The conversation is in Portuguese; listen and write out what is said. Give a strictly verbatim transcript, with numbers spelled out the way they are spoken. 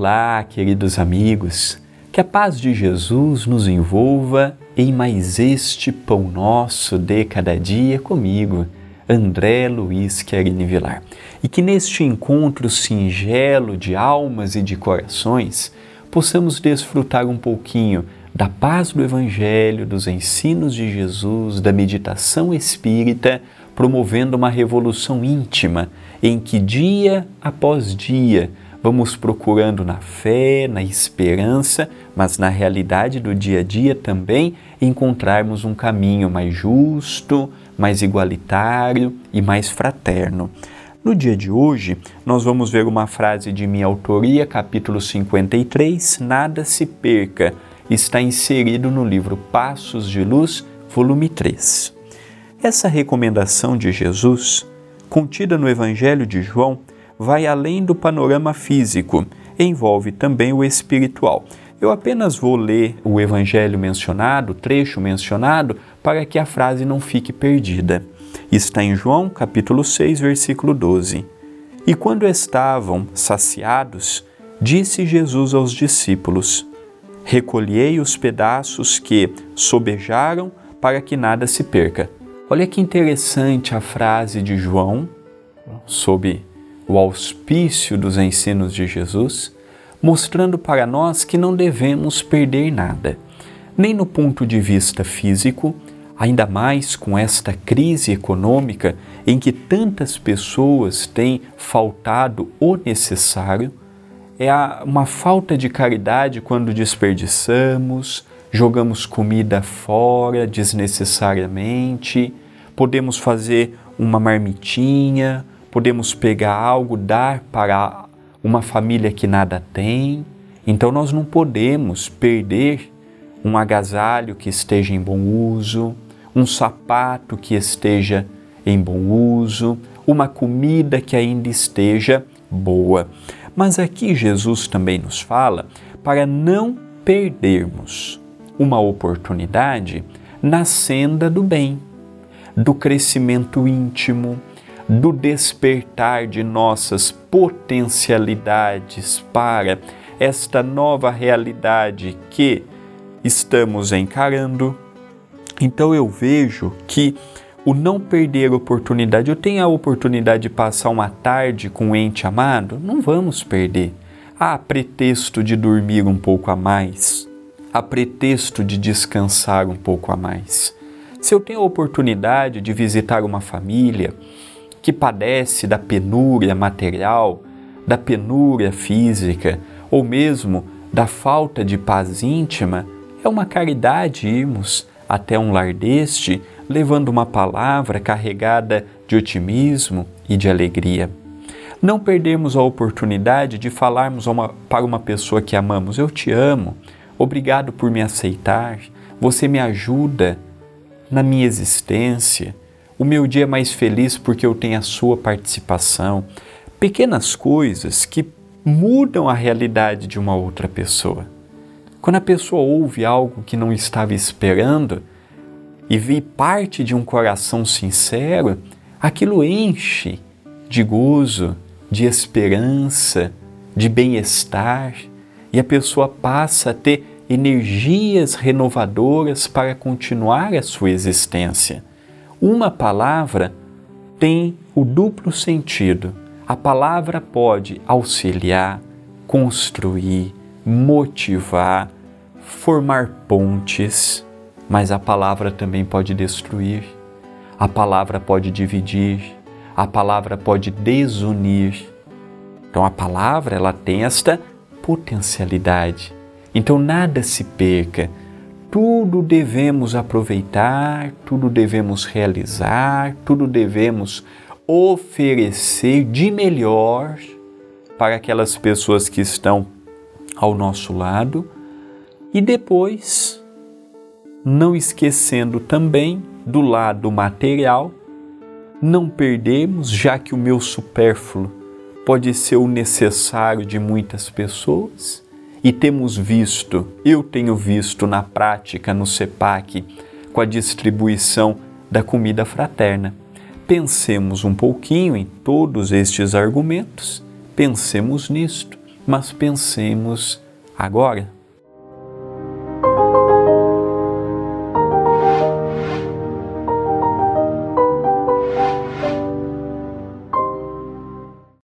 Olá, queridos amigos, que a paz de Jesus nos envolva em mais este Pão Nosso de cada dia comigo, André Luiz Querini Vilar. E que neste encontro singelo de almas e de corações, possamos desfrutar um pouquinho da paz do Evangelho, dos ensinos de Jesus, da meditação espírita, promovendo uma revolução íntima em que dia após dia vamos procurando na fé, na esperança, mas na realidade do dia a dia também encontrarmos um caminho mais justo, mais igualitário e mais fraterno. No dia de hoje, nós vamos ver uma frase de minha autoria, capítulo cinquenta e três, Nada se perca, está inserido no livro Passos de Luz, volume três. Essa recomendação de Jesus, contida no Evangelho de João, vai além do panorama físico, envolve também o espiritual. Eu apenas vou ler o Evangelho mencionado, o trecho mencionado, para que a frase não fique perdida. Está em João, capítulo seis, versículo doze. E quando estavam saciados, disse Jesus aos discípulos: recolhei os pedaços que sobejaram para que nada se perca. Olha que interessante a frase de João, sob o auspício dos ensinos de Jesus, mostrando para nós que não devemos perder nada, nem no ponto de vista físico, ainda mais com esta crise econômica em que tantas pessoas têm faltado o necessário. É uma falta de caridade quando desperdiçamos, jogamos comida fora desnecessariamente, podemos fazer uma marmitinha, podemos pegar algo, dar para uma família que nada tem. Então nós não podemos perder um agasalho que esteja em bom uso, um sapato que esteja em bom uso, uma comida que ainda esteja boa. Mas aqui Jesus também nos fala para não perdermos uma oportunidade na senda do bem, do crescimento íntimo, do despertar de nossas potencialidades para esta nova realidade que estamos encarando. Então eu vejo que o não perder a oportunidade, eu tenho a oportunidade de passar uma tarde com um ente amado, não vamos perder. Há pretexto de dormir um pouco a mais, há pretexto de descansar um pouco a mais. Se eu tenho a oportunidade de visitar uma família que padece da penúria material, da penúria física, ou mesmo da falta de paz íntima, é uma caridade irmos até um lar deste, levando uma palavra carregada de otimismo e de alegria. Não perdermos a oportunidade de falarmos uma, para uma pessoa que amamos: eu te amo, obrigado por me aceitar, você me ajuda na minha existência, o meu dia é mais feliz porque eu tenho a sua participação. Pequenas coisas que mudam a realidade de uma outra pessoa. Quando a pessoa ouve algo que não estava esperando e vê parte de um coração sincero, aquilo enche de gozo, de esperança, de bem-estar, e a pessoa passa a ter energias renovadoras para continuar a sua existência. Uma palavra tem o duplo sentido. A palavra pode auxiliar, construir, motivar, formar pontes, mas a palavra também pode destruir, a palavra pode dividir, a palavra pode desunir. Então a palavra, ela tem esta potencialidade. Então nada se perca. Tudo devemos aproveitar, tudo devemos realizar, tudo devemos oferecer de melhor para aquelas pessoas que estão ao nosso lado e depois, não esquecendo também do lado material, não perdermos, já que o meu supérfluo pode ser o necessário de muitas pessoas. E temos visto, eu tenho visto na prática no CEPAC, com a distribuição da comida fraterna. Pensemos um pouquinho em todos estes argumentos, pensemos nisto, mas pensemos agora.